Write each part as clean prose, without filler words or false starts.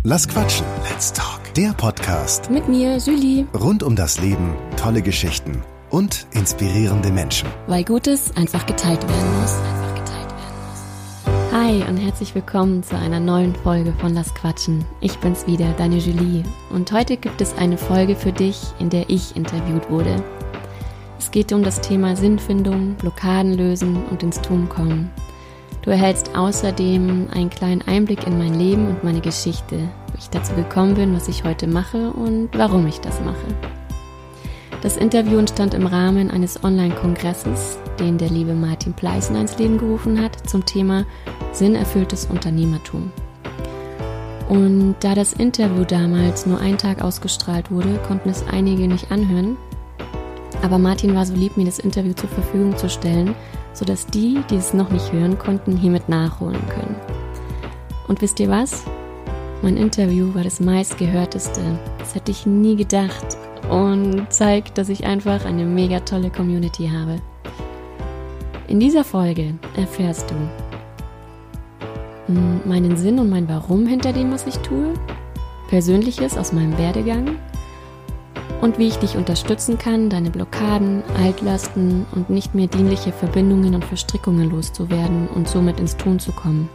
Lass quatschen. Let's talk. Der Podcast mit mir, Julie. Rund um das Leben, tolle Geschichten und inspirierende Menschen. Weil Gutes einfach geteilt werden muss. Hi und herzlich willkommen zu einer neuen Folge von Lass quatschen. Ich bin's wieder, deine Julie. Und heute gibt es eine Folge für dich, in der ich interviewt wurde. Es geht um das Thema Sinnfindung, Blockaden lösen und ins Tun kommen. Du erhältst außerdem einen kleinen Einblick in mein Leben und meine Geschichte, wie ich dazu gekommen bin, was ich heute mache und warum ich das mache. Das Interview entstand im Rahmen eines Online-Kongresses, den der liebe Martin Pleißner ins Leben gerufen hat, zum Thema sinnerfülltes Unternehmertum. Und da das Interview damals nur einen Tag ausgestrahlt wurde, konnten es einige nicht anhören. Aber Martin war so lieb, mir das Interview zur Verfügung zu stellen, sodass die es noch nicht hören konnten, hiermit nachholen können. Und wisst ihr was? Mein Interview war das meistgehörteste. Das hätte ich nie gedacht und zeigt, dass ich einfach eine mega tolle Community habe. In dieser Folge erfährst du meinen Sinn und mein Warum hinter dem, was ich tue, Persönliches aus meinem Werdegang und wie ich dich unterstützen kann, deine Blockaden, Altlasten und nicht mehr dienliche Verbindungen und Verstrickungen loszuwerden und somit ins Tun zu kommen.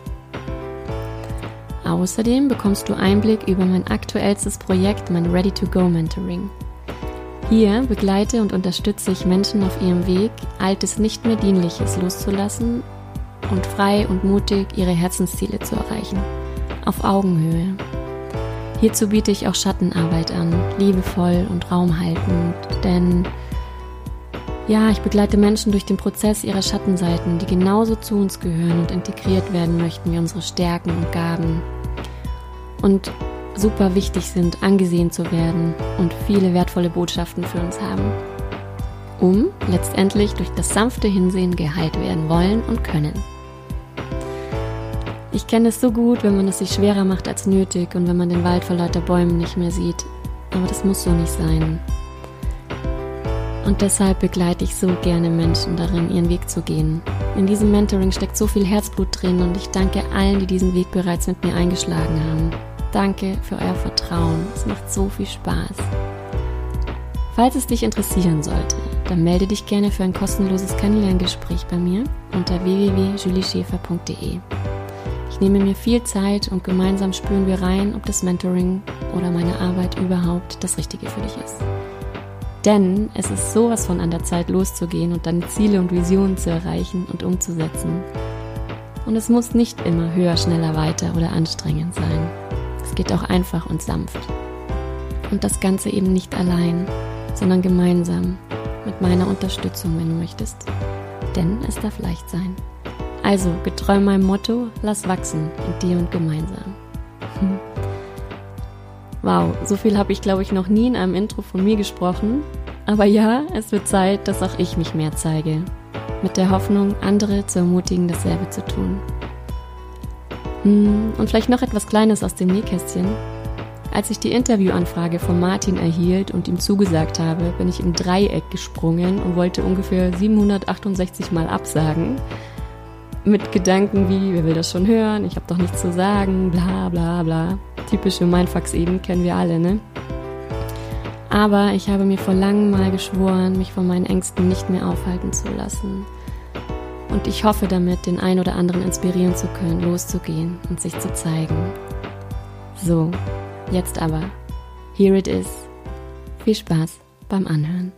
Außerdem bekommst du Einblick über mein aktuellstes Projekt, mein Ready-to-Go-Mentoring. Hier begleite und unterstütze ich Menschen auf ihrem Weg, altes, nicht mehr dienliches loszulassen und frei und mutig ihre Herzensziele zu erreichen. Auf Augenhöhe. Hierzu biete ich auch Schattenarbeit an, liebevoll und raumhaltend, denn ich begleite Menschen durch den Prozess ihrer Schattenseiten, die genauso zu uns gehören und integriert werden möchten wie unsere Stärken und Gaben und super wichtig sind, angesehen zu werden und viele wertvolle Botschaften für uns haben, um letztendlich durch das sanfte Hinsehen geheilt werden wollen und können. Ich kenne es so gut, wenn man es sich schwerer macht als nötig und wenn man den Wald vor lauter Bäumen nicht mehr sieht. Aber das muss so nicht sein. Und deshalb begleite ich so gerne Menschen darin, ihren Weg zu gehen. In diesem Mentoring steckt so viel Herzblut drin und ich danke allen, die diesen Weg bereits mit mir eingeschlagen haben. Danke für euer Vertrauen. Es macht so viel Spaß. Falls es dich interessieren sollte, dann melde dich gerne für ein kostenloses Kennenlerngespräch bei mir unter www.julieschäfer.de. Ich nehme mir viel Zeit und gemeinsam spüren wir rein, ob das Mentoring oder meine Arbeit überhaupt das Richtige für dich ist. Denn es ist sowas von an der Zeit loszugehen und deine Ziele und Visionen zu erreichen und umzusetzen. Und es muss nicht immer höher, schneller, weiter oder anstrengend sein. Es geht auch einfach und sanft. Und das Ganze eben nicht allein, sondern gemeinsam mit meiner Unterstützung, wenn du möchtest. Denn es darf leicht sein. Also, getreu meinem Motto, lass wachsen in dir und gemeinsam. Wow, so viel habe ich, glaube ich, noch nie in einem Intro von mir gesprochen. Aber ja, es wird Zeit, dass auch ich mich mehr zeige. Mit der Hoffnung, andere zu ermutigen, dasselbe zu tun. Und vielleicht noch etwas Kleines aus dem Nähkästchen. Als ich die Interviewanfrage von Martin erhielt und ihm zugesagt habe, bin ich im Dreieck gesprungen und wollte ungefähr 768 Mal absagen. Mit Gedanken wie, wer will das schon hören, ich habe doch nichts zu sagen, bla bla bla. Typische Mindfucks eben, kennen wir alle, ne? Aber ich habe mir vor langem mal geschworen, mich von meinen Ängsten nicht mehr aufhalten zu lassen. Und ich hoffe damit, den einen oder anderen inspirieren zu können, loszugehen und sich zu zeigen. So, jetzt aber. Here it is. Viel Spaß beim Anhören.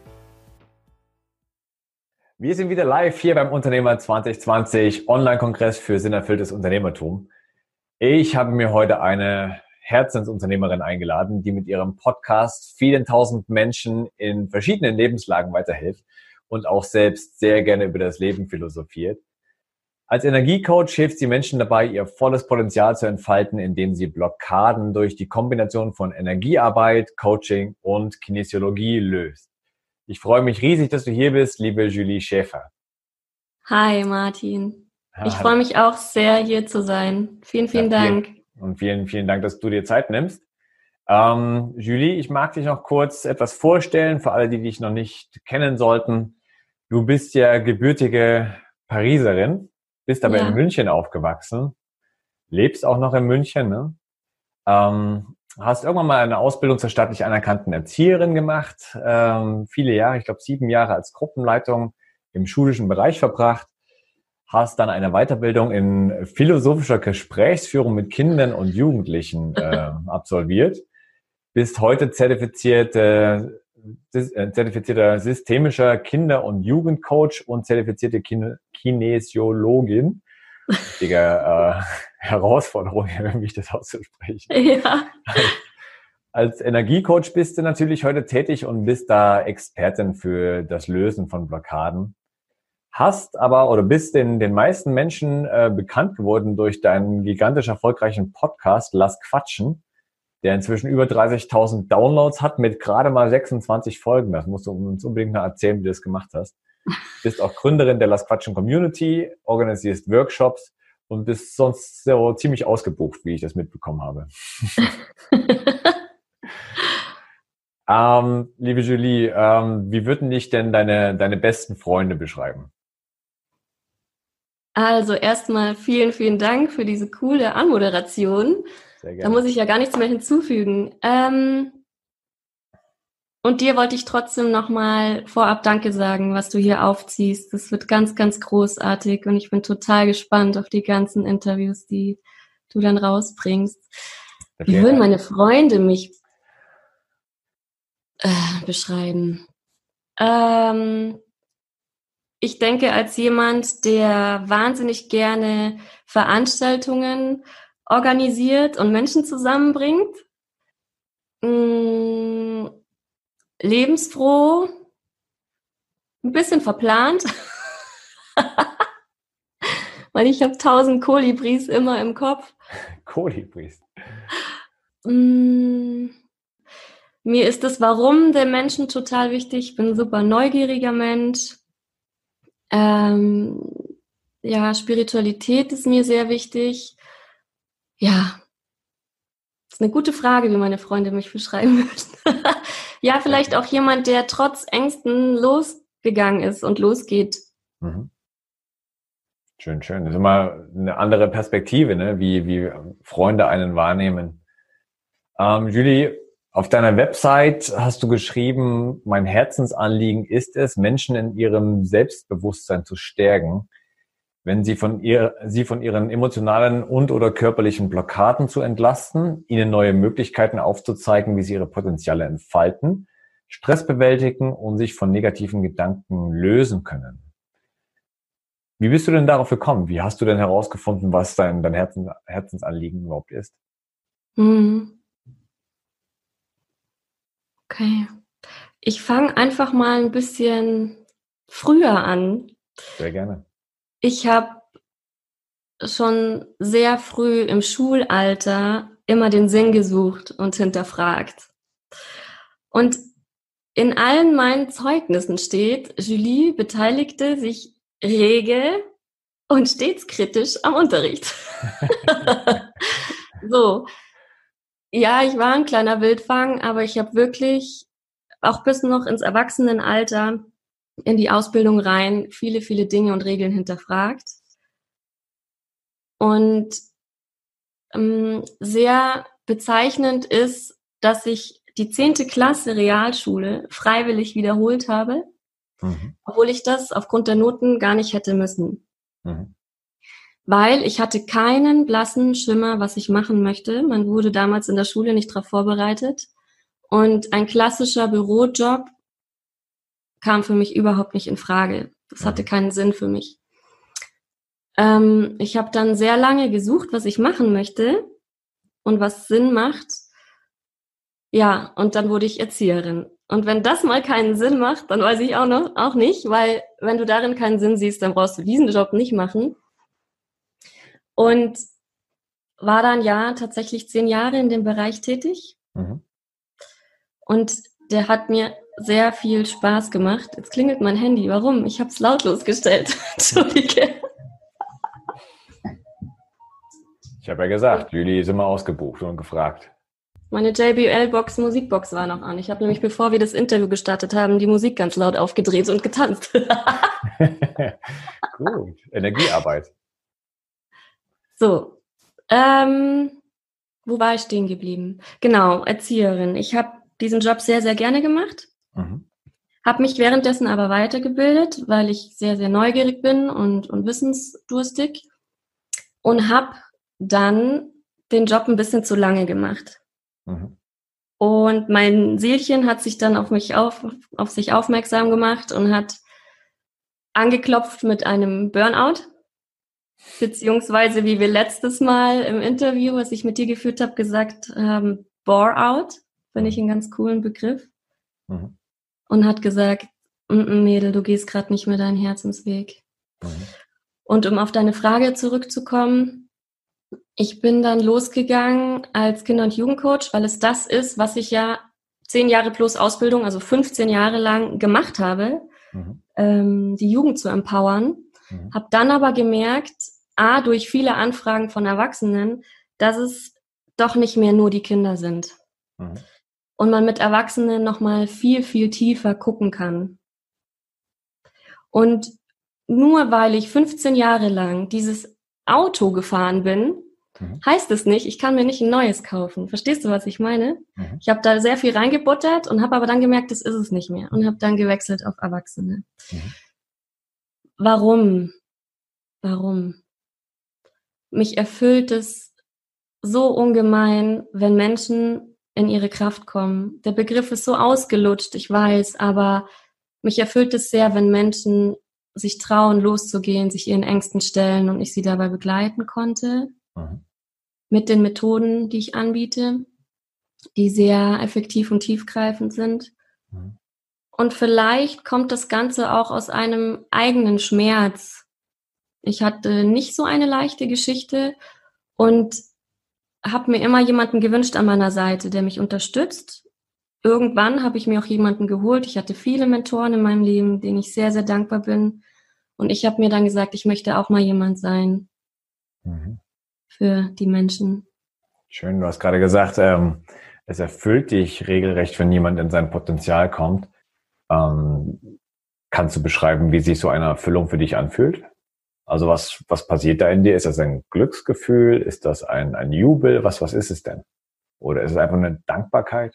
Wir sind wieder live hier beim Unternehmer 2020 Online-Kongress für sinnerfülltes Unternehmertum. Ich habe mir heute eine Herzensunternehmerin eingeladen, die mit ihrem Podcast vielen tausend Menschen in verschiedenen Lebenslagen weiterhilft und auch selbst sehr gerne über das Leben philosophiert. Als Energiecoach hilft sie Menschen dabei, ihr volles Potenzial zu entfalten, indem sie Blockaden durch die Kombination von Energiearbeit, Coaching und Kinesiologie löst. Ich freue mich riesig, dass du hier bist, liebe Julie Schäfer. Hi Martin. Ich freue mich auch sehr, hier zu sein. Vielen Dank. Und vielen Dank, dass du dir Zeit nimmst. Julie, ich mag dich noch kurz etwas vorstellen, für alle, die dich noch nicht kennen sollten. Du bist ja gebürtige Pariserin, bist aber in München aufgewachsen, lebst auch noch in München, ne? Hast irgendwann mal eine Ausbildung zur staatlich anerkannten Erzieherin gemacht, viele Jahre, ich glaube 7 Jahre als Gruppenleitung im schulischen Bereich verbracht, hast dann eine Weiterbildung in philosophischer Gesprächsführung mit Kindern und Jugendlichen absolviert, bist heute zertifizierter systemischer Kinder- und Jugendcoach und zertifizierte Kinesiologin. Richtige Herausforderung, wie ich das auszusprechen. Ja. Als Energiecoach bist du natürlich heute tätig und bist da Expertin für das Lösen von Blockaden. Hast aber oder bist den meisten Menschen bekannt geworden durch deinen gigantisch erfolgreichen Podcast Lass Quatschen, der inzwischen über 30.000 Downloads hat mit gerade mal 26 Folgen. Das musst du uns unbedingt noch erzählen, wie du das gemacht hast. Bist auch Gründerin der Lass Quatschen Community, organisierst Workshops und bist sonst so ziemlich ausgebucht, wie ich das mitbekommen habe. Liebe Julie, wie würden dich denn deine besten Freunde beschreiben? Also erstmal vielen, vielen Dank für diese coole Anmoderation. Sehr gerne. Da muss ich ja gar nichts mehr hinzufügen. Und dir wollte ich trotzdem nochmal vorab Danke sagen, was du hier aufziehst. Das wird ganz, ganz großartig und ich bin total gespannt auf die ganzen Interviews, die du dann rausbringst. Wie würden meine Freunde mich beschreiben? Ich denke, als jemand, der wahnsinnig gerne Veranstaltungen organisiert und Menschen zusammenbringt, lebensfroh, ein bisschen verplant, weil ich habe 1000 Kolibris immer im Kopf. Kolibris? Mir ist das Warum der Menschen total wichtig. Ich bin ein super neugieriger Mensch. Ja, Spiritualität ist mir sehr wichtig. Ja, das ist eine gute Frage, wie meine Freunde mich beschreiben würden. Ja, vielleicht auch jemand, der trotz Ängsten losgegangen ist und losgeht. Mhm. Schön, schön. Das ist immer eine andere Perspektive, ne? Wie Freunde einen wahrnehmen. Julie, auf deiner Website hast du geschrieben, mein Herzensanliegen ist es, Menschen in ihrem Selbstbewusstsein zu stärken, wenn sie von ihren emotionalen und/oder körperlichen Blockaden zu entlasten, ihnen neue Möglichkeiten aufzuzeigen, wie sie ihre Potenziale entfalten, Stress bewältigen und sich von negativen Gedanken lösen können. Wie bist du denn darauf gekommen? Wie hast du denn herausgefunden, was dein Herzensanliegen überhaupt ist? Okay. Ich fange einfach mal ein bisschen früher an. Sehr gerne. Ich habe schon sehr früh im Schulalter immer den Sinn gesucht und hinterfragt. Und in allen meinen Zeugnissen steht, Julie beteiligte sich rege und stets kritisch am Unterricht. So. Ja, ich war ein kleiner Wildfang, aber ich habe wirklich auch bis noch ins Erwachsenenalter in die Ausbildung rein viele, viele Dinge und Regeln hinterfragt. Und sehr bezeichnend ist, dass ich die 10. Klasse Realschule freiwillig wiederholt habe, obwohl ich das aufgrund der Noten gar nicht hätte müssen. Weil ich hatte keinen blassen Schimmer, was ich machen möchte. Man wurde damals in der Schule nicht darauf vorbereitet. Und ein klassischer Bürojob kam für mich überhaupt nicht in Frage. Das hatte keinen Sinn für mich. Ich habe dann sehr lange gesucht, was ich machen möchte und was Sinn macht. Ja, und dann wurde ich Erzieherin. Und wenn das mal keinen Sinn macht, dann weiß ich auch nicht, weil wenn du darin keinen Sinn siehst, dann brauchst du diesen Job nicht machen. Und war dann ja tatsächlich 10 Jahre in dem Bereich tätig. Und der hat mir sehr viel Spaß gemacht. Jetzt klingelt mein Handy. Warum? Ich habe es lautlos gestellt. Entschuldige. Ich habe ja gesagt, Julie ist immer ausgebucht und gefragt. Meine JBL-Box, Musikbox war noch an. Ich habe nämlich, bevor wir das Interview gestartet haben, die Musik ganz laut aufgedreht und getanzt. Gut, Energiearbeit. So, Wo war ich stehen geblieben? Genau, Erzieherin. Ich habe diesen Job sehr, sehr gerne gemacht, habe mich währenddessen aber weitergebildet, weil ich sehr, sehr neugierig bin und wissensdurstig und habe dann den Job ein bisschen zu lange gemacht. Und mein Seelchen hat sich dann auf sich aufmerksam gemacht und hat angeklopft mit einem Burnout. Beziehungsweise, wie wir letztes Mal im Interview, was ich mit dir geführt habe, gesagt haben, Bore-out, finde ich einen ganz coolen Begriff. Und hat gesagt, Mädel, du gehst gerade nicht mehr deinen Herzensweg. Und um auf deine Frage zurückzukommen, ich bin dann losgegangen als Kinder- und Jugendcoach, weil es das ist, was ich ja 10 Jahre plus Ausbildung, also 15 Jahre lang gemacht habe, die Jugend zu empowern. Habe dann aber gemerkt, durch viele Anfragen von Erwachsenen, dass es doch nicht mehr nur die Kinder sind. Und man mit Erwachsenen nochmal viel, viel tiefer gucken kann. Und nur weil ich 15 Jahre lang dieses Auto gefahren bin, heißt es nicht, ich kann mir nicht ein neues kaufen. Verstehst du, was ich meine? Ich habe da sehr viel reingebuttert und habe aber dann gemerkt, das ist es nicht mehr. Und habe dann gewechselt auf Erwachsene. Warum? Mich erfüllt es so ungemein, wenn Menschen in ihre Kraft kommen. Der Begriff ist so ausgelutscht, ich weiß, aber mich erfüllt es sehr, wenn Menschen sich trauen, loszugehen, sich ihren Ängsten stellen und ich sie dabei begleiten konnte. Mit den Methoden, die ich anbiete, die sehr effektiv und tiefgreifend sind. Und vielleicht kommt das Ganze auch aus einem eigenen Schmerz. Ich hatte nicht so eine leichte Geschichte und habe mir immer jemanden gewünscht an meiner Seite, der mich unterstützt. Irgendwann habe ich mir auch jemanden geholt. Ich hatte viele Mentoren in meinem Leben, denen ich sehr, sehr dankbar bin. Und ich habe mir dann gesagt, ich möchte auch mal jemand sein für die Menschen. Schön, du hast gerade gesagt, es erfüllt dich regelrecht, wenn jemand in sein Potenzial kommt. Kannst du beschreiben, wie sich so eine Erfüllung für dich anfühlt? Also was passiert da in dir? Ist das ein Glücksgefühl? Ist das ein Jubel? Was ist es denn? Oder ist es einfach eine Dankbarkeit?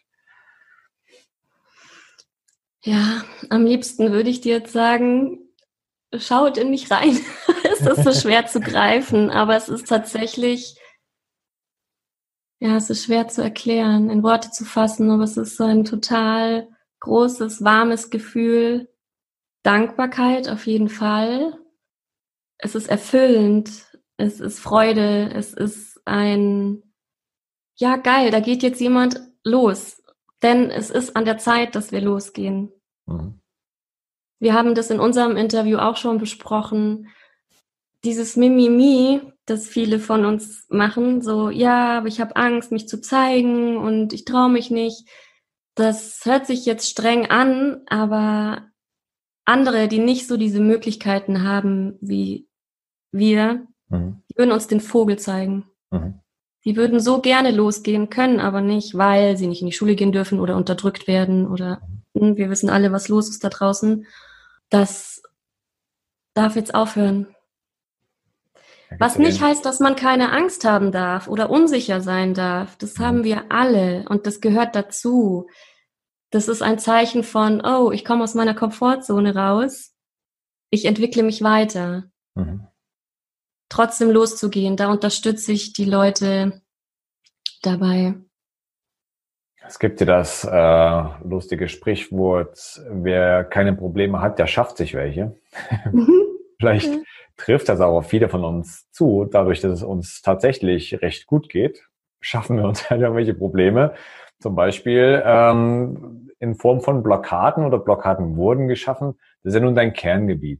Ja, am liebsten würde ich dir jetzt sagen, schaut in mich rein. Es ist so schwer zu greifen, aber es ist tatsächlich, es ist schwer zu erklären, in Worte zu fassen, aber es ist so ein total großes, warmes Gefühl. Dankbarkeit auf jeden Fall. Es ist erfüllend, es ist Freude, es ist geil, da geht jetzt jemand los. Denn es ist an der Zeit, dass wir losgehen. Wir haben das in unserem Interview auch schon besprochen. Dieses Mimimi, das viele von uns machen, so, ja, aber ich habe Angst, mich zu zeigen und ich traue mich nicht. Das hört sich jetzt streng an, aber andere, die nicht so diese Möglichkeiten haben wie wir, die würden uns den Vogel zeigen. Die würden so gerne losgehen, können aber nicht, weil sie nicht in die Schule gehen dürfen oder unterdrückt werden oder wir wissen alle, was los ist da draußen. Das darf jetzt aufhören. Was nicht heißt, dass man keine Angst haben darf oder unsicher sein darf. Das haben wir alle und das gehört dazu. Das ist ein Zeichen von, ich komme aus meiner Komfortzone raus. Ich entwickle mich weiter. Trotzdem loszugehen, da unterstütze ich die Leute dabei. Es gibt ja das lustige Sprichwort, wer keine Probleme hat, der schafft sich welche. Vielleicht trifft das auch auf viele von uns zu. Dadurch, dass es uns tatsächlich recht gut geht, schaffen wir uns halt irgendwelche Probleme. Zum Beispiel in Form von Blockaden oder Blockaden wurden geschaffen. Das ist ja nun dein Kerngebiet.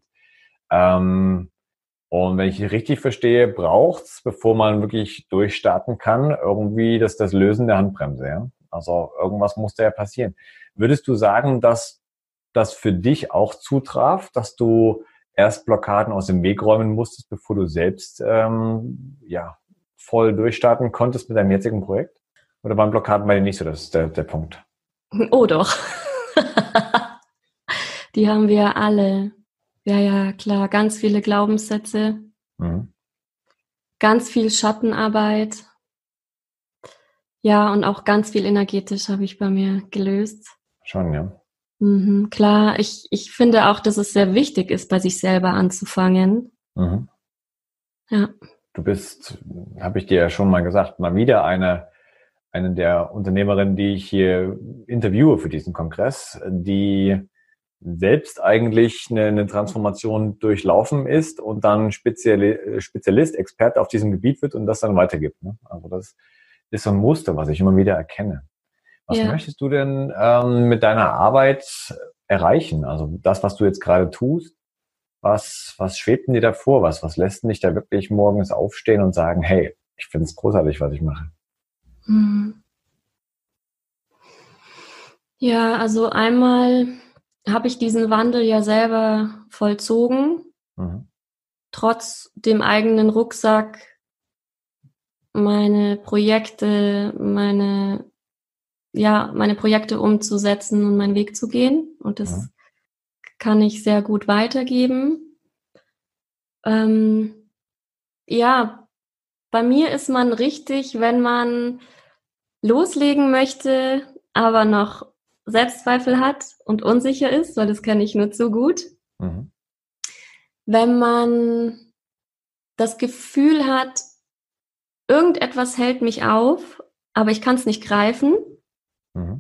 Und wenn ich richtig verstehe, braucht's, bevor man wirklich durchstarten kann, irgendwie das Lösen der Handbremse. Ja? Also irgendwas muss da ja passieren. Würdest du sagen, dass das für dich auch zutraf, dass du erst Blockaden aus dem Weg räumen musstest, bevor du selbst voll durchstarten konntest mit deinem jetzigen Projekt? Oder waren Blockaden bei dir nicht so der Punkt? Oh doch. Die haben wir alle. Ja, klar. Ganz viele Glaubenssätze. Ganz viel Schattenarbeit. Ja, und auch ganz viel energetisch habe ich bei mir gelöst. Schon, ja. Klar, ich finde auch, dass es sehr wichtig ist, bei sich selber anzufangen. Mhm. Ja. Du bist, habe ich dir ja schon mal gesagt, mal wieder eine der Unternehmerinnen, die ich hier interviewe für diesen Kongress, die selbst eigentlich eine Transformation durchlaufen ist und dann Spezialist, Experte auf diesem Gebiet wird und das dann weitergibt. Ne? Also das ist so ein Muster, was ich immer wieder erkenne. Was Ja. möchtest du denn mit deiner Arbeit erreichen? Also das, was du jetzt gerade tust, was schwebt denn dir da vor? Was lässt dich da wirklich morgens aufstehen und sagen, hey, ich finde es großartig, was ich mache? Mhm. Ja, also einmal habe ich diesen Wandel ja selber vollzogen, Mhm. trotz dem eigenen Rucksack, meine Projekte umzusetzen und meinen Weg zu gehen. Und Mhm. das kann ich sehr gut weitergeben. Ja, bei mir ist man richtig, wenn man loslegen möchte, aber noch Selbstzweifel hat und unsicher ist, weil das kenne ich nur zu gut. Mhm. Wenn man das Gefühl hat, irgendetwas hält mich auf, aber ich kann es nicht greifen. Mhm.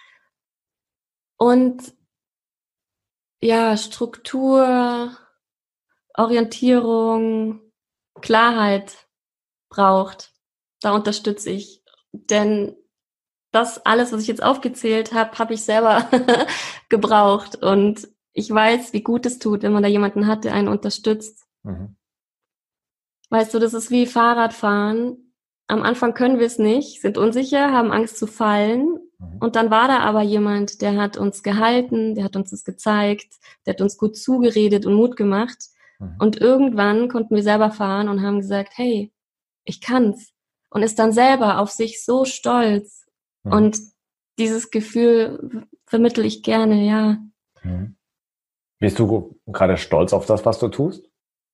Und ja, Struktur, Orientierung, Klarheit braucht. Da unterstütze ich. Denn das alles, was ich jetzt aufgezählt habe, habe ich selber gebraucht. Und ich weiß, wie gut es tut, wenn man da jemanden hat, der einen unterstützt. Mhm. Weißt du, das ist wie Fahrradfahren. Am Anfang können wir es nicht, sind unsicher, haben Angst zu fallen. Mhm. Und dann war da aber jemand, der hat uns gehalten, der hat uns das gezeigt, der hat uns gut zugeredet und Mut gemacht. Mhm. Und irgendwann konnten wir selber fahren und haben gesagt, hey, ich kann's. Und ist dann selber auf sich so stolz. Mhm. Und dieses Gefühl vermittle ich gerne, ja. Mhm. Bist du gerade stolz auf das, was du tust?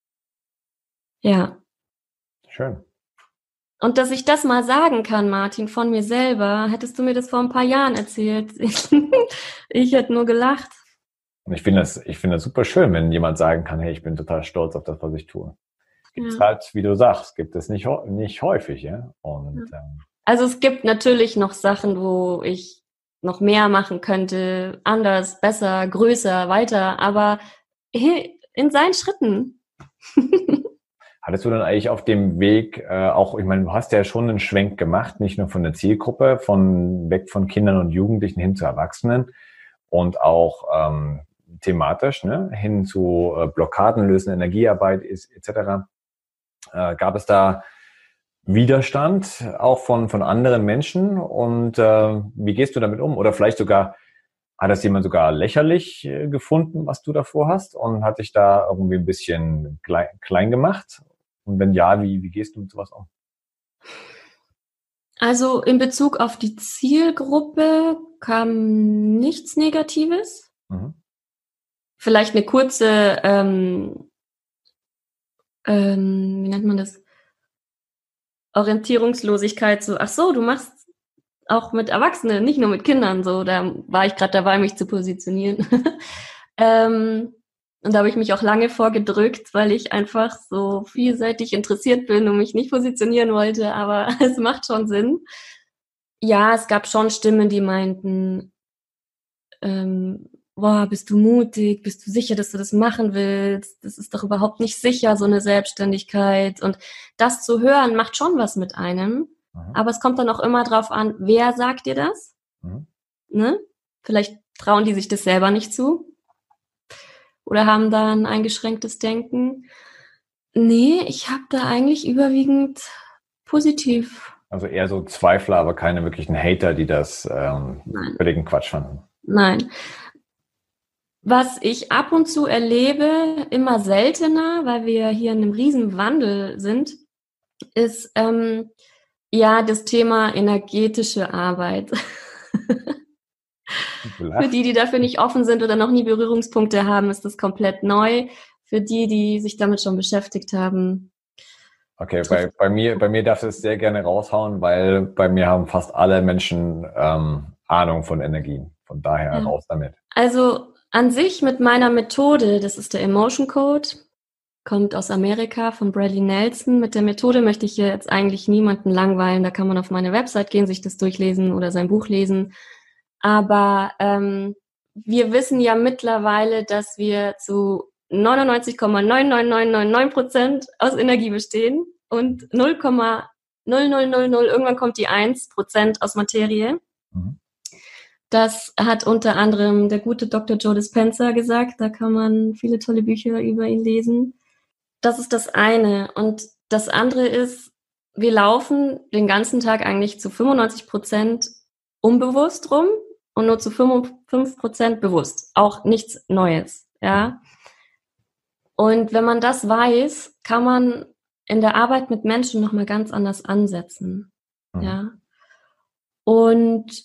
Ja. Schön. Und dass ich das mal sagen kann, Martin, von mir selber, hättest du mir das vor ein paar Jahren erzählt. Ich hätte nur gelacht. Und ich finde das super schön, wenn jemand sagen kann, hey, ich bin total stolz auf das, was ich tue. Gibt's Ja. halt, wie du sagst, gibt es nicht häufig, ja. Ja. Und Also es gibt natürlich noch Sachen, wo ich noch mehr machen könnte, anders, besser, größer, weiter, aber in seinen Schritten. hattest du dann eigentlich auf dem Weg auch, ich meine, du hast ja schon einen Schwenk gemacht, nicht nur von der Zielgruppe, von weg von Kindern und Jugendlichen hin zu Erwachsenen und auch thematisch, ne, hin zu Blockaden lösen, Energiearbeit ist etc. Gab es da Widerstand auch von anderen Menschen und wie gehst du damit um? Oder vielleicht sogar hat das jemand sogar lächerlich gefunden, was du davor hast und hat dich da irgendwie ein bisschen klein gemacht? Und wenn ja, wie gehst du mit sowas um? Also in Bezug auf die Zielgruppe kam nichts Negatives. Mhm. Vielleicht eine kurze, wie nennt man das? Orientierungslosigkeit, so, ach so, du machst auch mit Erwachsenen, nicht nur mit Kindern, so, da war ich gerade dabei, mich zu positionieren. Und da habe ich mich auch lange vorgedrückt, weil ich einfach so vielseitig interessiert bin und mich nicht positionieren wollte, aber es macht schon Sinn. Ja, es gab schon Stimmen, die meinten, boah, bist du mutig, bist du sicher, dass du das machen willst? Das ist doch überhaupt nicht sicher, so eine Selbstständigkeit. Und das zu hören, macht schon was mit einem. Mhm. Aber es kommt dann auch immer drauf an, wer sagt dir das? Mhm. Ne? Vielleicht trauen die sich das selber nicht zu oder haben da ein eingeschränktes Denken. Nee, ich habe da eigentlich überwiegend positiv. Also eher so Zweifler, aber keine wirklichen Hater, die das Nein, völligen Quatsch fanden. nein. Was ich ab und zu erlebe, immer seltener, weil wir hier in einem riesen Wandel sind, ist ja das Thema energetische Arbeit. Du Für lachst. die dafür nicht offen sind oder noch nie Berührungspunkte haben, ist das komplett neu. Für die sich damit schon beschäftigt haben, Okay, bei mir darfst du es sehr gerne raushauen, weil bei mir haben fast alle Menschen Ahnung von Energien. Von daher Ja. raus damit. Also an sich mit meiner Methode, das ist der Emotion Code, kommt aus Amerika von Bradley Nelson. Mit der Methode möchte ich hier jetzt eigentlich niemanden langweilen. Da kann man auf meine Website gehen, sich das durchlesen oder sein Buch lesen. Aber wir wissen ja mittlerweile, dass wir zu 99,99999% aus Energie bestehen und 0,0000 irgendwann kommt die 1% aus Materie. Mhm. Das hat unter anderem der gute Dr. Joe Dispenza gesagt. Da kann man viele tolle Bücher über ihn lesen. Das ist das eine. Und das andere ist, wir laufen den ganzen Tag eigentlich zu 95% unbewusst rum und nur zu 5% bewusst. Auch nichts Neues, ja. Und wenn man das weiß, kann man in der Arbeit mit Menschen nochmal ganz anders ansetzen, ja. Und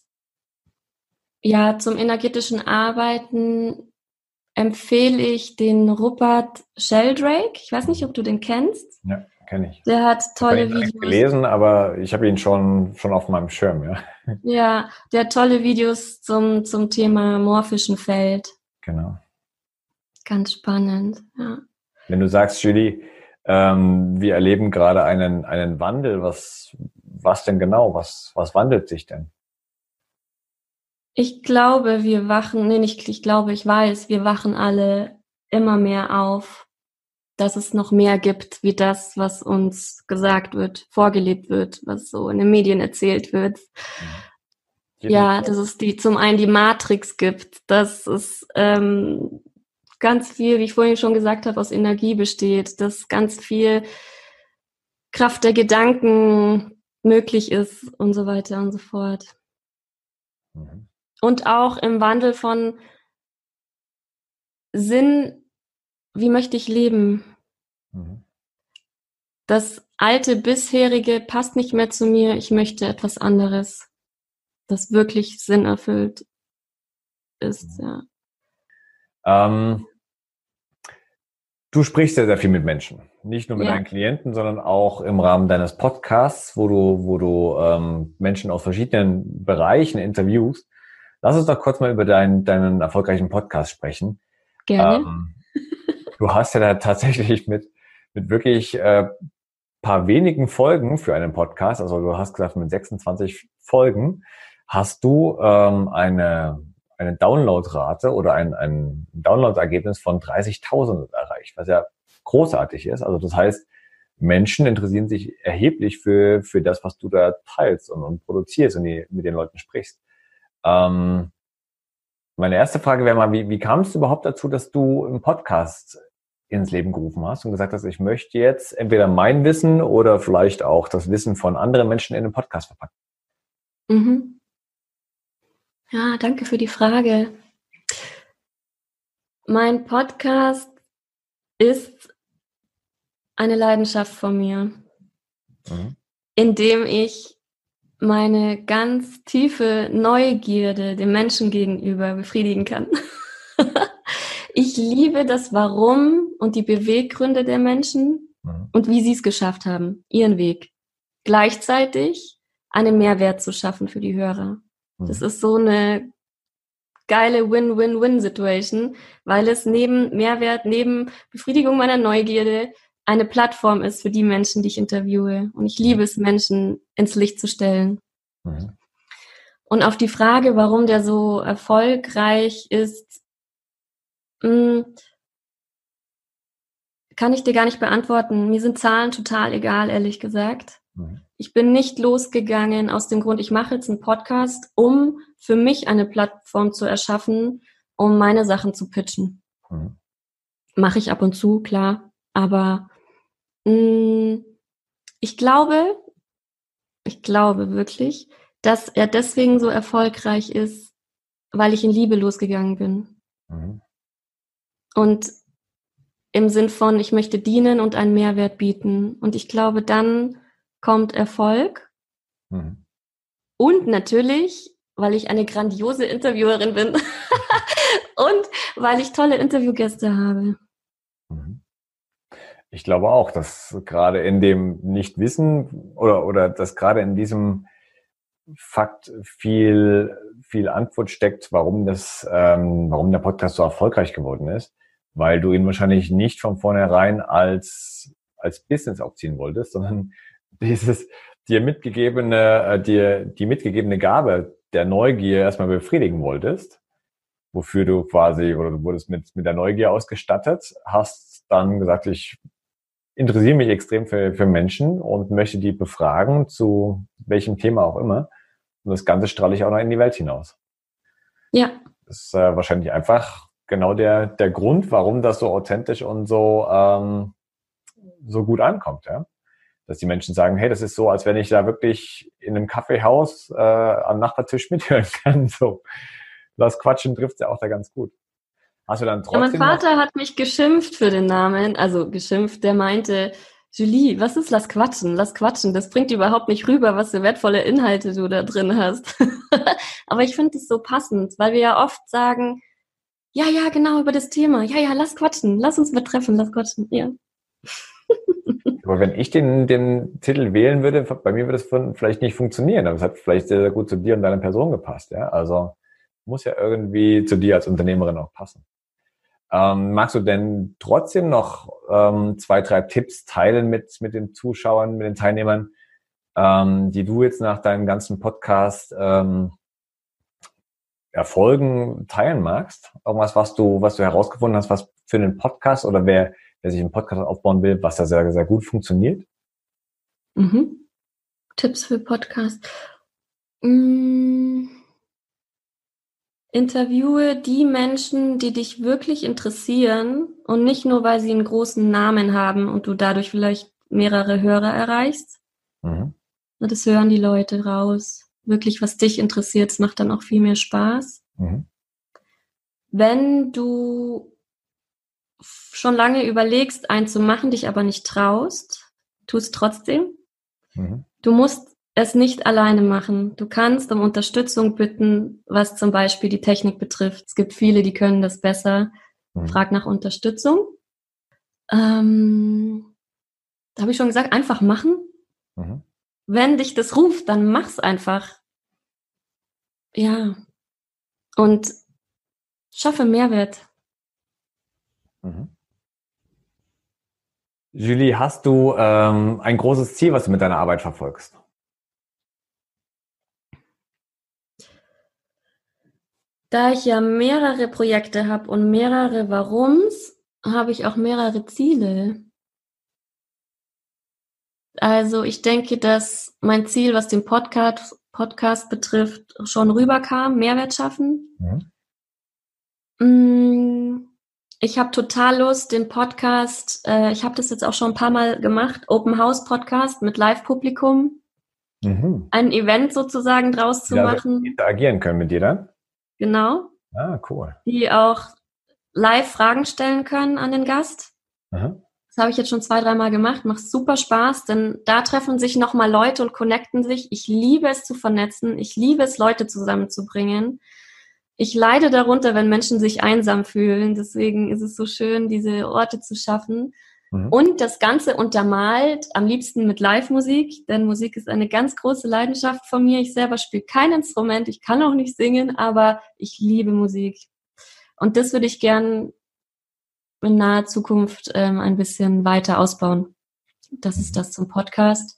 ja, zum energetischen Arbeiten empfehle ich den Rupert Sheldrake. Ich weiß nicht, ob du den kennst. Ja, kenne ich. Der hat tolle Ich habe ihn Videos. nicht gelesen, aber ich habe ihn schon auf meinem Schirm, ja. Ja, der hat tolle Videos zum Thema morphischen Feld. Genau. Ganz spannend, ja. Wenn du sagst, Julie, wir erleben gerade einen Wandel, was denn genau? Was wandelt sich denn? Ich glaube, wir wachen alle immer mehr auf, dass es noch mehr gibt, wie das, was uns gesagt wird, vorgelebt wird, was so in den Medien erzählt wird. Ja, dass es zum einen die Matrix gibt, dass es ganz viel, wie ich vorhin schon gesagt habe, aus Energie besteht, dass ganz viel Kraft der Gedanken möglich ist und so weiter und so fort. Mhm. Und auch im Wandel von Sinn, wie möchte ich leben? Mhm. Das alte, bisherige passt nicht mehr zu mir, ich möchte etwas anderes, das wirklich Sinn erfüllt ist, ja. Du sprichst sehr, sehr viel mit Menschen. Nicht nur mit deinen Klienten, sondern auch im Rahmen deines Podcasts, wo du Menschen aus verschiedenen Bereichen interviewst. Lass uns doch kurz mal über deinen erfolgreichen Podcast sprechen. Gerne. Du hast ja da tatsächlich mit wirklich paar wenigen Folgen für einen Podcast, also du hast gesagt, mit 26 Folgen hast du eine Downloadrate oder ein Downloadergebnis von 30.000 erreicht, was ja großartig ist. Also das heißt, Menschen interessieren sich erheblich für das, was du da teilst und produzierst und mit den Leuten sprichst. Meine erste Frage wäre mal, wie kam es überhaupt dazu, dass du einen Podcast ins Leben gerufen hast und gesagt hast, ich möchte jetzt entweder mein Wissen oder vielleicht auch das Wissen von anderen Menschen in den Podcast verpacken? Mhm. Ja, danke für die Frage. Mein Podcast ist eine Leidenschaft von mir, indem ich meine ganz tiefe Neugierde dem Menschen gegenüber befriedigen kann. Ich liebe das Warum und die Beweggründe der Menschen und wie sie es geschafft haben, ihren Weg. Gleichzeitig einen Mehrwert zu schaffen für die Hörer. Das ist so eine geile Win-Win-Win-Situation, weil es neben Mehrwert, neben Befriedigung meiner Neugierde eine Plattform ist für die Menschen, die ich interviewe. Und ich liebe es, Menschen ins Licht zu stellen. Und auf die Frage, warum der so erfolgreich ist, kann ich dir gar nicht beantworten. Mir sind Zahlen total egal, ehrlich gesagt. Ich bin nicht losgegangen aus dem Grund, ich mache jetzt einen Podcast, um für mich eine Plattform zu erschaffen, um meine Sachen zu pitchen. Mache ich ab und zu, klar. Aber ich glaube wirklich, dass er deswegen so erfolgreich ist, weil ich in Liebe losgegangen bin. Und im Sinn von, ich möchte dienen und einen Mehrwert bieten. Und ich glaube, dann kommt Erfolg. Und natürlich, weil ich eine grandiose Interviewerin bin und weil ich tolle Interviewgäste habe. Ich glaube auch, dass gerade in dem Nichtwissen oder dass gerade in diesem Fakt viel Antwort steckt, warum der Podcast so erfolgreich geworden ist, weil du ihn wahrscheinlich nicht von vornherein als Business aufziehen wolltest, sondern die mitgegebene Gabe der Neugier erstmal befriedigen wolltest, wofür du quasi, oder du wurdest mit der Neugier ausgestattet, hast dann gesagt, ich interessiere mich extrem für Menschen und möchte die befragen, zu welchem Thema auch immer. Und das Ganze strahle ich auch noch in die Welt hinaus. Ja. Das ist wahrscheinlich einfach genau der Grund, warum das so authentisch und so gut ankommt, ja. Dass die Menschen sagen, hey, das ist so, als wenn ich da wirklich in einem Kaffeehaus am Nachbartisch mithören kann. So, das Quatschen trifft ja auch da ganz gut. Hast du dann trotzdem mein Vater hat mich geschimpft für den Namen, also geschimpft, der meinte, Julie, was ist Lass Quatschen? Lass Quatschen, das bringt überhaupt nicht rüber, was für wertvolle Inhalte du da drin hast. Aber ich finde es so passend, weil wir ja oft sagen, ja, genau, über das Thema, ja, lass quatschen, lass uns mal treffen, lass quatschen, ja. Aber wenn ich den Titel wählen würde, bei mir würde es vielleicht nicht funktionieren, aber es hat vielleicht sehr, sehr gut zu dir und deiner Person gepasst, ja. Also muss ja irgendwie zu dir als Unternehmerin auch passen. Magst du denn trotzdem noch 2, 3 Tipps teilen mit den Zuschauern, mit den Teilnehmern, die du jetzt nach deinem ganzen Podcast Erfolgen teilen magst? Irgendwas, was du herausgefunden hast, was für einen Podcast oder wer sich einen Podcast aufbauen will, was da sehr, sehr gut funktioniert? Mhm. Tipps für Podcast. Interviewe die Menschen, die dich wirklich interessieren und nicht nur, weil sie einen großen Namen haben und du dadurch vielleicht mehrere Hörer erreichst. Mhm. Das hören die Leute raus. Wirklich, was dich interessiert, es macht dann auch viel mehr Spaß. Mhm. Wenn du schon lange überlegst, einen zu machen, dich aber nicht traust, tu es trotzdem. Mhm. Du musst es nicht alleine machen. Du kannst um Unterstützung bitten, was zum Beispiel die Technik betrifft. Es gibt viele, die können das besser. Mhm. Frag nach Unterstützung. Da habe ich schon gesagt, einfach machen. Mhm. Wenn dich das ruft, dann mach's einfach. Ja. Und schaffe Mehrwert. Mhm. Julie, hast du ein großes Ziel, was du mit deiner Arbeit verfolgst? Da ich ja mehrere Projekte habe und mehrere Warums, habe ich auch mehrere Ziele. Also ich denke, dass mein Ziel, was den Podcast betrifft, schon rüberkam, Mehrwert schaffen. Mhm. Ich habe total Lust, den Podcast, ich habe das jetzt auch schon ein paar Mal gemacht, Open House Podcast mit Live-Publikum, ein Event sozusagen draus zu machen. Interagieren können mit dir dann? Genau. Ah, cool. Die auch live Fragen stellen können an den Gast. Aha. Das habe ich jetzt schon 2, 3 Mal gemacht, macht super Spaß, denn da treffen sich nochmal Leute und connecten sich. Ich liebe es zu vernetzen, ich liebe es, Leute zusammenzubringen. Ich leide darunter, wenn Menschen sich einsam fühlen. Deswegen ist es so schön, diese Orte zu schaffen. Mhm. Und das Ganze untermalt, am liebsten mit Live-Musik, denn Musik ist eine ganz große Leidenschaft von mir. Ich selber spiele kein Instrument, ich kann auch nicht singen, aber ich liebe Musik. Und das würde ich gern in naher Zukunft ein bisschen weiter ausbauen. Das ist das zum Podcast.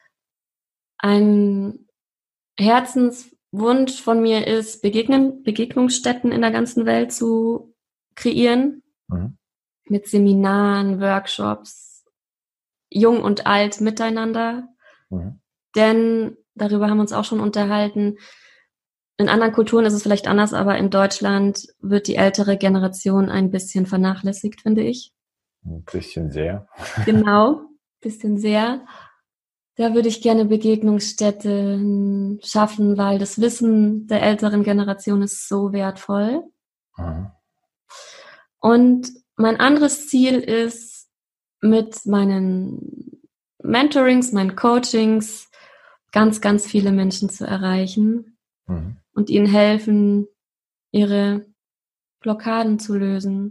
Ein Herzenswunsch von mir ist, Begegnungsstätten in der ganzen Welt zu kreieren. Mhm. Mit Seminaren, Workshops, jung und alt miteinander. Mhm. Denn, darüber haben wir uns auch schon unterhalten, in anderen Kulturen ist es vielleicht anders, aber in Deutschland wird die ältere Generation ein bisschen vernachlässigt, finde ich. Ein bisschen sehr. Genau, ein bisschen sehr. Da würde ich gerne Begegnungsstätten schaffen, weil das Wissen der älteren Generation ist so wertvoll. Mhm. Und mein anderes Ziel ist, mit meinen Mentorings, meinen Coachings ganz, ganz viele Menschen zu erreichen. Mhm. Und ihnen helfen, ihre Blockaden zu lösen.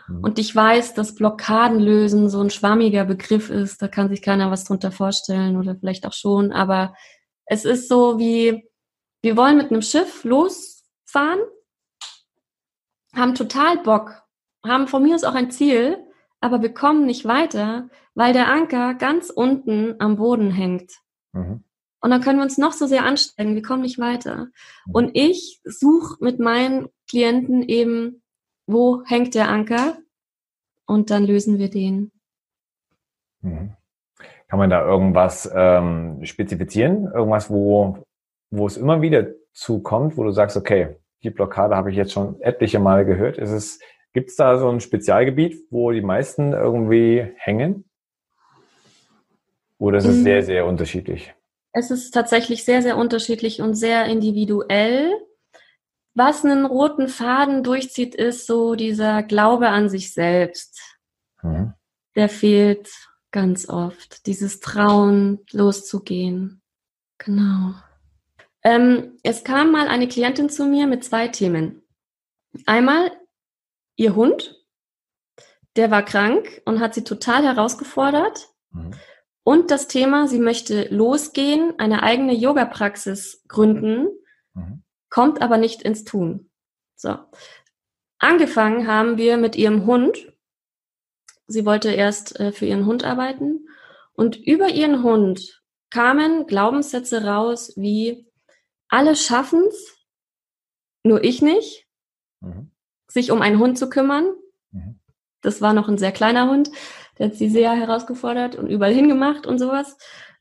Und ich weiß, dass Blockaden lösen so ein schwammiger Begriff ist. Da kann sich keiner was drunter vorstellen oder vielleicht auch schon. Aber es ist so wie, wir wollen mit einem Schiff losfahren, haben total Bock, haben von mir aus auch ein Ziel, aber wir kommen nicht weiter, weil der Anker ganz unten am Boden hängt. Und dann können wir uns noch so sehr anstrengen, wir kommen nicht weiter. Und ich suche mit meinen Klienten eben, wo hängt der Anker? Und dann lösen wir den. Kann man da irgendwas spezifizieren? Irgendwas, wo es immer wieder zukommt, wo du sagst, okay, die Blockade habe ich jetzt schon etliche Male gehört. Gibt es da so ein Spezialgebiet, wo die meisten irgendwie hängen? Oder ist es sehr, sehr unterschiedlich? Es ist tatsächlich sehr, sehr unterschiedlich und sehr individuell. Was einen roten Faden durchzieht, ist so dieser Glaube an sich selbst. Der fehlt ganz oft. Dieses Trauen, loszugehen. Genau. Es kam mal eine Klientin zu mir mit 2 Themen. Einmal ihr Hund, der war krank und hat sie total herausgefordert. Und das Thema, sie möchte losgehen, eine eigene Yoga-Praxis gründen, kommt aber nicht ins Tun. So. Angefangen haben wir mit ihrem Hund. Sie wollte erst für ihren Hund arbeiten. Und über ihren Hund kamen Glaubenssätze raus wie, alle schaffen's, nur ich nicht, sich um einen Hund zu kümmern. Das war noch ein sehr kleiner Hund, der hat sie sehr herausgefordert und überall hingemacht und sowas.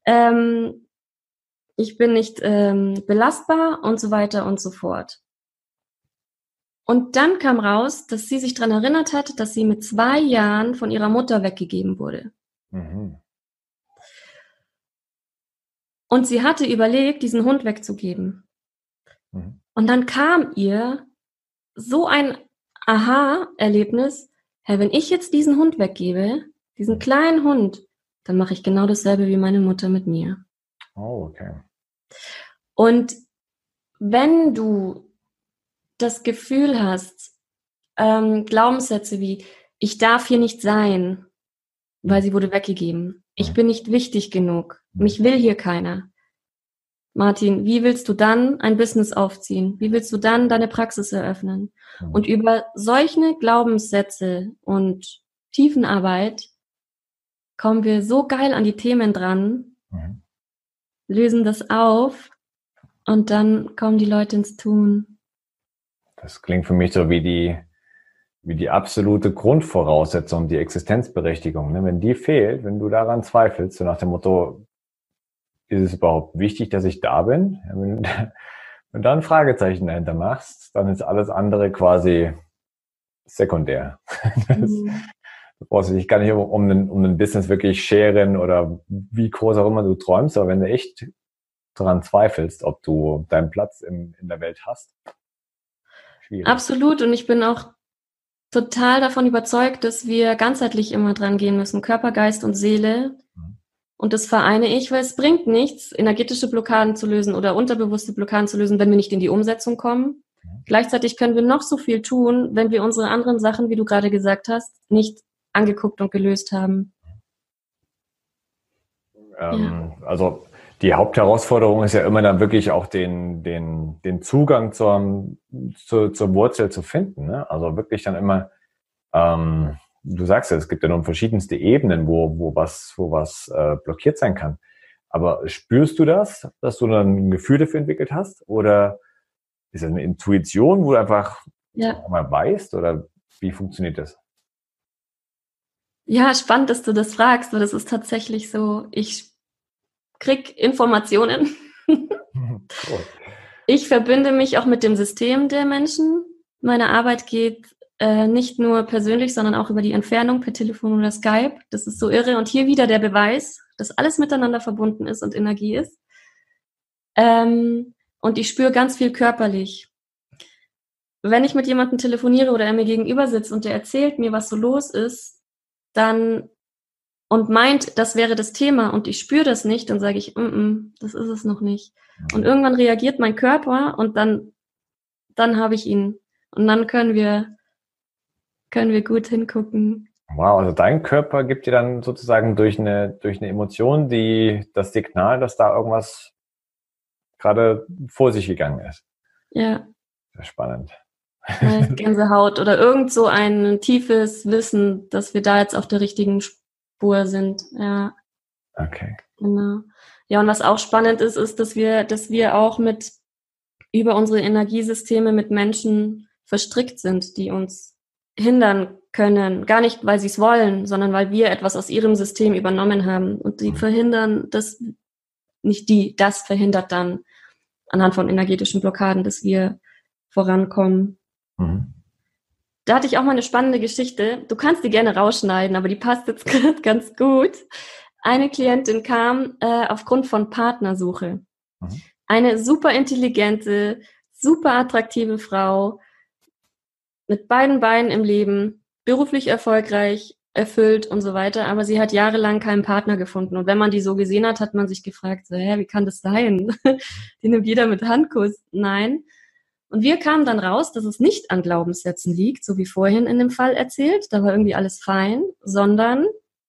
Ich bin nicht belastbar und so weiter und so fort. Und dann kam raus, dass sie sich daran erinnert hat, dass sie mit 2 Jahren von ihrer Mutter weggegeben wurde. Und sie hatte überlegt, diesen Hund wegzugeben. Und dann kam ihr so ein Aha-Erlebnis, hey, wenn ich jetzt diesen Hund weggebe, diesen kleinen Hund, dann mache ich genau dasselbe wie meine Mutter mit mir. Oh, okay. Und wenn du das Gefühl hast, Glaubenssätze wie, ich darf hier nicht sein, weil sie wurde weggegeben. Ich bin nicht wichtig genug. Mich will hier keiner. Martin, wie willst du dann ein Business aufziehen? Wie willst du dann deine Praxis eröffnen? Und über solche Glaubenssätze und Tiefenarbeit kommen wir so geil an die Themen dran, lösen das auf und dann kommen die Leute ins Tun. Das klingt für mich so wie die absolute Grundvoraussetzung, die Existenzberechtigung. Ne? Wenn die fehlt, wenn du daran zweifelst, so nach dem Motto, ist es überhaupt wichtig, dass ich da bin? Ja, wenn du da ein Fragezeichen dahinter machst, dann ist alles andere quasi sekundär. Du brauchst dich gar nicht um ein Business wirklich scheren oder wie groß auch immer du träumst, aber wenn du echt daran zweifelst, ob du deinen Platz in der Welt hast. Schwierig. Absolut, und ich bin auch total davon überzeugt, dass wir ganzheitlich immer dran gehen müssen, Körper, Geist und Seele. Und das vereine ich, weil es bringt nichts, energetische Blockaden zu lösen oder unterbewusste Blockaden zu lösen, wenn wir nicht in die Umsetzung kommen. Gleichzeitig können wir noch so viel tun, wenn wir unsere anderen Sachen, wie du gerade gesagt hast, nicht angeguckt und gelöst haben. Also die Hauptherausforderung ist ja immer dann wirklich auch den Zugang zur Wurzel zu finden. Ne? Also wirklich dann immer, du sagst ja, es gibt ja nun verschiedenste Ebenen, wo was blockiert sein kann. Aber spürst du das, dass du dann ein Gefühl dafür entwickelt hast? Oder ist das eine Intuition, wo du einfach mal weißt? Oder wie funktioniert das? Ja, spannend, dass du das fragst, weil das ist tatsächlich so, ich krieg Informationen. Cool. Ich verbinde mich auch mit dem System der Menschen. Meine Arbeit geht nicht nur persönlich, sondern auch über die Entfernung per Telefon oder Skype. Das ist so irre. Und hier wieder der Beweis, dass alles miteinander verbunden ist und Energie ist. Und ich spüre ganz viel körperlich. Wenn ich mit jemandem telefoniere oder er mir gegenüber sitzt und der erzählt mir, was so los ist, dann und meint, das wäre das Thema und ich spüre das nicht, dann sage ich, das ist es noch nicht. Und irgendwann reagiert mein Körper und dann habe ich ihn. Und dann können wir können wir gut hingucken. Wow, also dein Körper gibt dir dann sozusagen durch eine Emotion das Signal, dass da irgendwas gerade vor sich gegangen ist. Ja. Sehr spannend. Gänsehaut oder irgend so ein tiefes Wissen, dass wir da jetzt auf der richtigen Spur sind. Ja. Okay. Genau. Ja, und was auch spannend ist, dass wir auch über unsere Energiesysteme mit Menschen verstrickt sind, die uns hindern können. Gar nicht, weil sie es wollen, sondern weil wir etwas aus ihrem System übernommen haben. Und die verhindern das, das verhindert dann anhand von energetischen Blockaden, dass wir vorankommen. Mhm. Da hatte ich auch mal eine spannende Geschichte. Du kannst die gerne rausschneiden, aber die passt jetzt ganz gut. Eine Klientin kam aufgrund von Partnersuche. Mhm. Eine super intelligente, super attraktive Frau mit beiden Beinen im Leben, beruflich erfolgreich, erfüllt und so weiter, aber sie hat jahrelang keinen Partner gefunden. Und wenn man die so gesehen hat, hat man sich gefragt, so, wie kann das sein? Die nimmt jeder mit Handkuss. Nein. Und wir kamen dann raus, dass es nicht an Glaubenssätzen liegt, so wie vorhin in dem Fall erzählt, da war irgendwie alles fein, sondern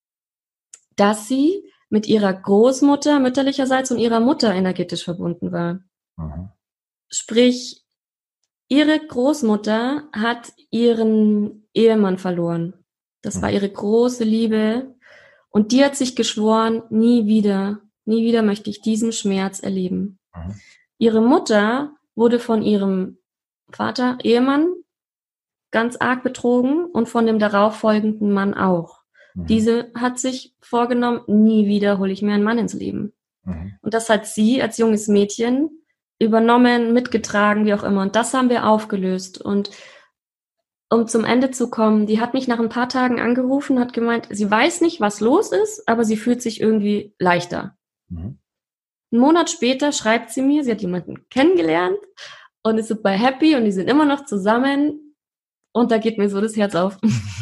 dass sie mit ihrer Großmutter mütterlicherseits und ihrer Mutter energetisch verbunden war. Mhm. Sprich, ihre Großmutter hat ihren Ehemann verloren. Das war ihre große Liebe. Und die hat sich geschworen, nie wieder möchte ich diesen Schmerz erleben. Mhm. Ihre Mutter wurde von ihrem Vater, Ehemann, ganz arg betrogen und von dem darauffolgenden Mann auch. Mhm. Diese hat sich vorgenommen, nie wieder hole ich mir einen Mann ins Leben. Mhm. Und das hat sie als junges Mädchen übernommen, mitgetragen, wie auch immer. Und das haben wir aufgelöst. Und um zum Ende zu kommen, die hat mich nach ein paar Tagen angerufen, hat gemeint, sie weiß nicht, was los ist, aber sie fühlt sich irgendwie leichter. Mhm. Einen Monat später schreibt sie mir, sie hat jemanden kennengelernt und ist super happy und die sind immer noch zusammen und da geht mir so das Herz auf.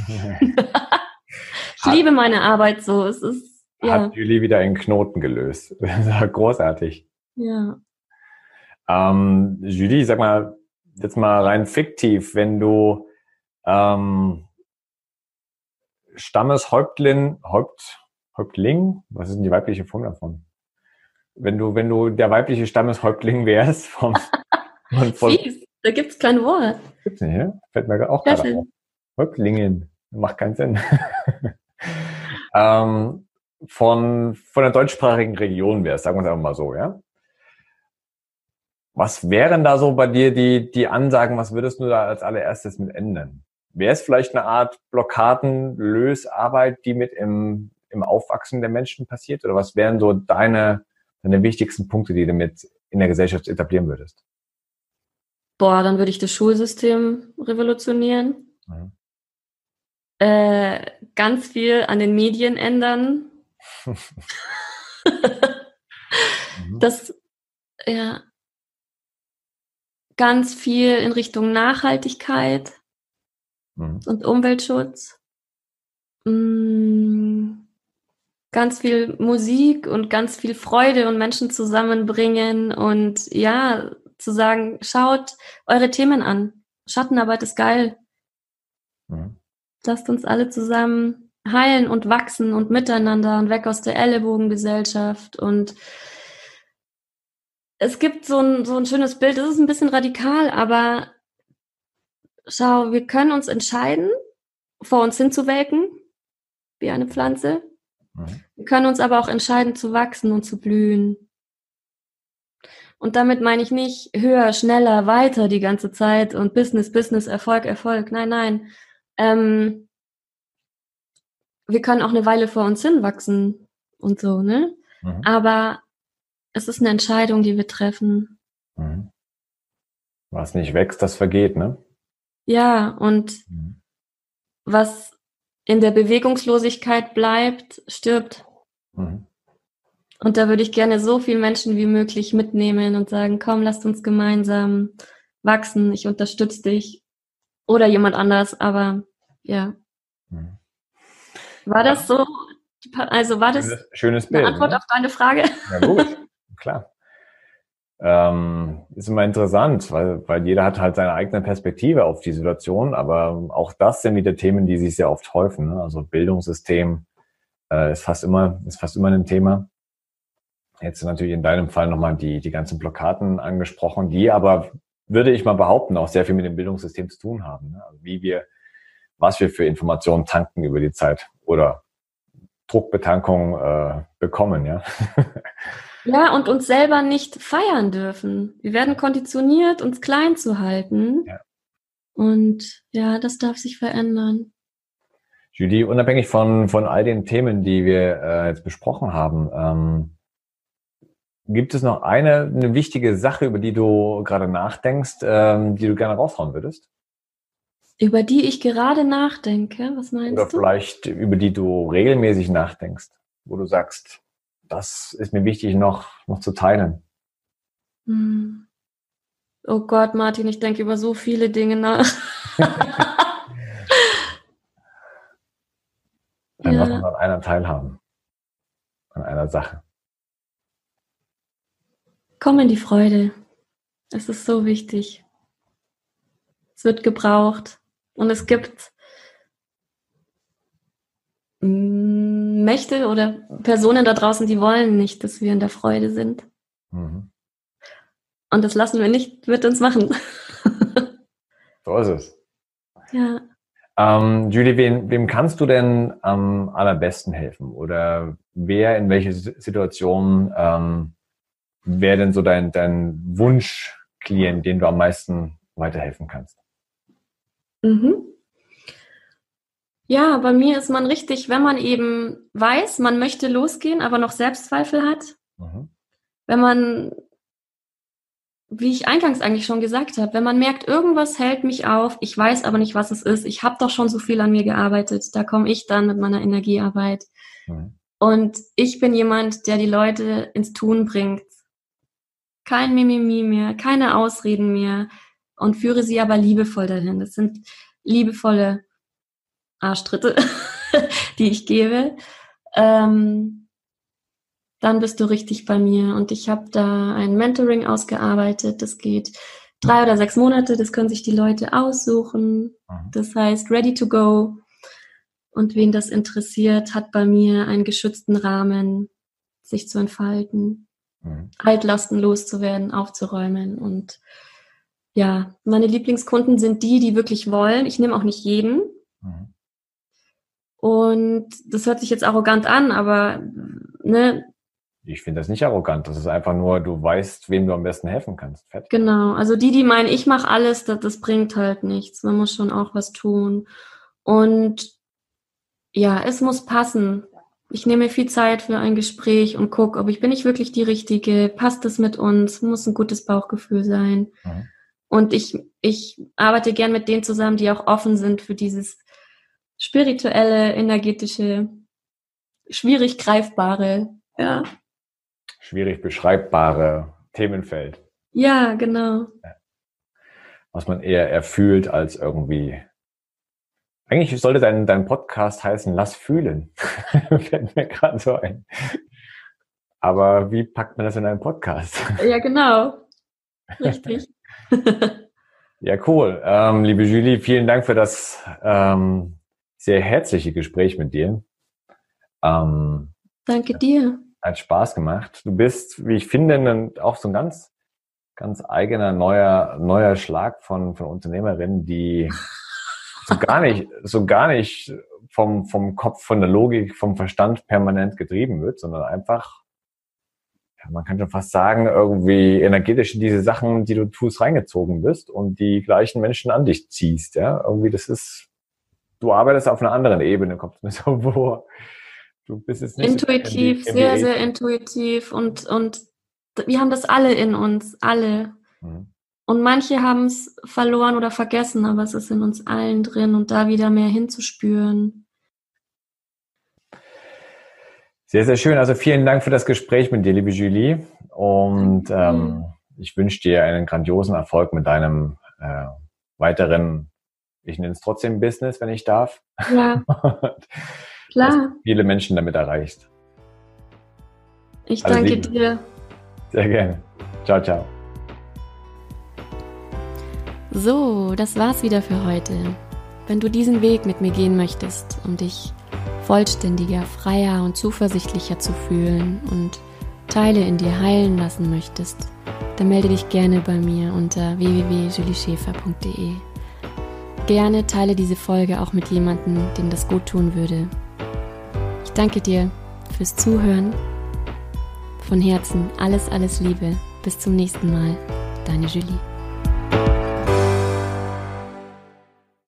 Ich liebe meine Arbeit so. Es ist, hat Julie wieder einen Knoten gelöst. Das war großartig. Ja. Julie, sag mal, jetzt mal rein fiktiv, wenn du Stammeshäuptling, was ist denn die weibliche Form davon? Wenn du der weibliche Stammeshäuptling wärst Fies, da gibt's kein Wort. Gibt's nicht, ne? Fällt mir auch gerade auf. Häuptlingen, macht keinen Sinn. Von der deutschsprachigen Region wärst, sagen wir es einfach mal so, ja? Was wären da so bei dir die Ansagen, was würdest du da als allererstes mit ändern? Wäre es vielleicht eine Art Blockaden-Lösarbeit, die mit im Aufwachsen der Menschen passiert? Oder was wären so deine wichtigsten Punkte, die du mit in der Gesellschaft etablieren würdest? Dann würde ich das Schulsystem revolutionieren. Mhm. Ganz viel an den Medien ändern. Das, ganz viel in Richtung Nachhaltigkeit und Umweltschutz. Ganz viel Musik und ganz viel Freude und Menschen zusammenbringen und zu sagen, schaut eure Themen an. Schattenarbeit ist geil. Mhm. Lasst uns alle zusammen heilen und wachsen und miteinander und weg aus der Ellenbogengesellschaft. Und es gibt so ein schönes Bild, das ist ein bisschen radikal, aber schau, wir können uns entscheiden, vor uns hinzuwelken, wie eine Pflanze. Mhm. Wir können uns aber auch entscheiden, zu wachsen und zu blühen. Und damit meine ich nicht höher, schneller, weiter die ganze Zeit und Business, Erfolg, Erfolg. Nein. Wir können auch eine Weile vor uns hinwachsen und so, ne? Mhm. Aber es ist eine Entscheidung, die wir treffen. Mhm. Was nicht wächst, das vergeht, ne? Ja, und was in der Bewegungslosigkeit bleibt, stirbt. Mhm. Und da würde ich gerne so viele Menschen wie möglich mitnehmen und sagen, komm, lasst uns gemeinsam wachsen, ich unterstütze dich. Oder jemand anders, aber ja. Mhm. War das so? Also war das schönes Bild, eine Antwort auf deine Frage? Ja, logisch, klar. ist immer interessant, weil jeder hat halt seine eigene Perspektive auf die Situation, aber auch das sind wieder Themen, die sich sehr oft häufen. Ne? Also Bildungssystem ist fast immer ein Thema. Jetzt natürlich in deinem Fall nochmal die ganzen Blockaden angesprochen, die aber, würde ich mal behaupten, auch sehr viel mit dem Bildungssystem zu tun haben. Ne? Also was wir für Informationen tanken über die Zeit oder Druckbetankung bekommen, ja. Ja, und uns selber nicht feiern dürfen. Wir werden konditioniert, uns klein zu halten. Ja. Und ja, das darf sich verändern. Julie, unabhängig von all den Themen, die wir jetzt besprochen haben, gibt es noch eine wichtige Sache, über die du gerade nachdenkst, die du gerne raushauen würdest? Über die ich gerade nachdenke, was meinst Oder du? vielleicht über die du regelmäßig nachdenkst, wo du sagst, das ist mir wichtig noch zu teilen. Oh Gott, Martin, ich denke über so viele Dinge nach. Dann lass uns an einer teilhaben. An einer Sache. Komm in die Freude. Es ist so wichtig. Es wird gebraucht. Und es gibt Mächte oder Personen da draußen, die wollen nicht, dass wir in der Freude sind. Mhm. Und das lassen wir nicht mit uns machen. So ist es. Ja. Julie, wem kannst du denn am allerbesten helfen? Oder wer in welcher Situation wäre denn so dein Wunschklient, den du am meisten weiterhelfen kannst? Ja, bei mir ist man richtig, wenn man eben weiß, man möchte losgehen, aber noch Selbstzweifel hat. Wenn man, wie ich eingangs eigentlich schon gesagt habe, wenn man merkt, irgendwas hält mich auf, ich weiß aber nicht, was es ist. Ich habe doch schon so viel an mir gearbeitet. Da komme ich dann mit meiner Energiearbeit. Und ich bin jemand, der die Leute ins Tun bringt. Kein Mimimi mehr, keine Ausreden mehr und führe sie aber liebevoll dahin. Das sind liebevolle Arschtritte, die ich gebe. Dann bist du richtig bei mir. Und ich habe da ein Mentoring ausgearbeitet. Das geht 3 oder 6 Monate. Das können sich die Leute aussuchen. Das heißt Ready to Go. Und wen das interessiert, hat bei mir einen geschützten Rahmen, sich zu entfalten, Altlasten loszuwerden, aufzuräumen. Und ja, meine Lieblingskunden sind die wirklich wollen. Ich nehme auch nicht jeden. Und das hört sich jetzt arrogant an, aber ne? Ich finde das nicht arrogant. Das ist einfach nur, du weißt, wem du am besten helfen kannst. Fertig. Genau, also die meinen, ich mache alles, das bringt halt nichts. Man muss schon auch was tun. Und ja, es muss passen. Ich nehme mir viel Zeit für ein Gespräch und gucke, bin ich wirklich die Richtige? Passt es mit uns? Muss ein gutes Bauchgefühl sein. Und ich arbeite gern mit denen zusammen, die auch offen sind für dieses spirituelle, energetische, schwierig greifbare, ja. Schwierig beschreibbare Themenfeld. Ja, genau. Was man eher erfühlt als irgendwie. Eigentlich sollte dein Podcast heißen, lass fühlen. Fällt mir gerade so ein. Aber wie packt man das in einen Podcast? Ja, genau. Richtig. Ja, cool. Liebe Julie, vielen Dank für das sehr herzliche Gespräch mit dir. Danke dir. Hat Spaß gemacht. Du bist, wie ich finde, auch so ein ganz, ganz eigener neuer Schlag von Unternehmerinnen, die so gar nicht vom Kopf, von der Logik, vom Verstand permanent getrieben wird, sondern einfach, ja, man kann schon fast sagen, irgendwie energetisch in diese Sachen, die du tust, reingezogen bist und die gleichen Menschen an dich ziehst. Ja, irgendwie du arbeitest auf einer anderen Ebene, kommt mir so vor. Du bist jetzt nicht intuitiv, so sehr, sehr intuitiv und wir haben das alle in uns, alle. Und manche haben es verloren oder vergessen, aber es ist in uns allen drin und da wieder mehr hinzuspüren. Sehr, sehr schön. Also vielen Dank für das Gespräch mit dir, liebe Julie. Und ich wünsche dir einen grandiosen Erfolg mit deinem weiteren, ich nenne es trotzdem Business, wenn ich darf. Ja, klar. Dass du viele Menschen damit erreichst. Ich danke dir. Sehr gerne. Ciao, ciao. So, das war's wieder für heute. Wenn du diesen Weg mit mir gehen möchtest, um dich vollständiger, freier und zuversichtlicher zu fühlen und Teile in dir heilen lassen möchtest, dann melde dich gerne bei mir unter www.julieschäfer.de. Gerne teile diese Folge auch mit jemandem, dem das gut tun würde. Ich danke dir fürs Zuhören. Von Herzen alles, alles Liebe. Bis zum nächsten Mal. Deine Julie.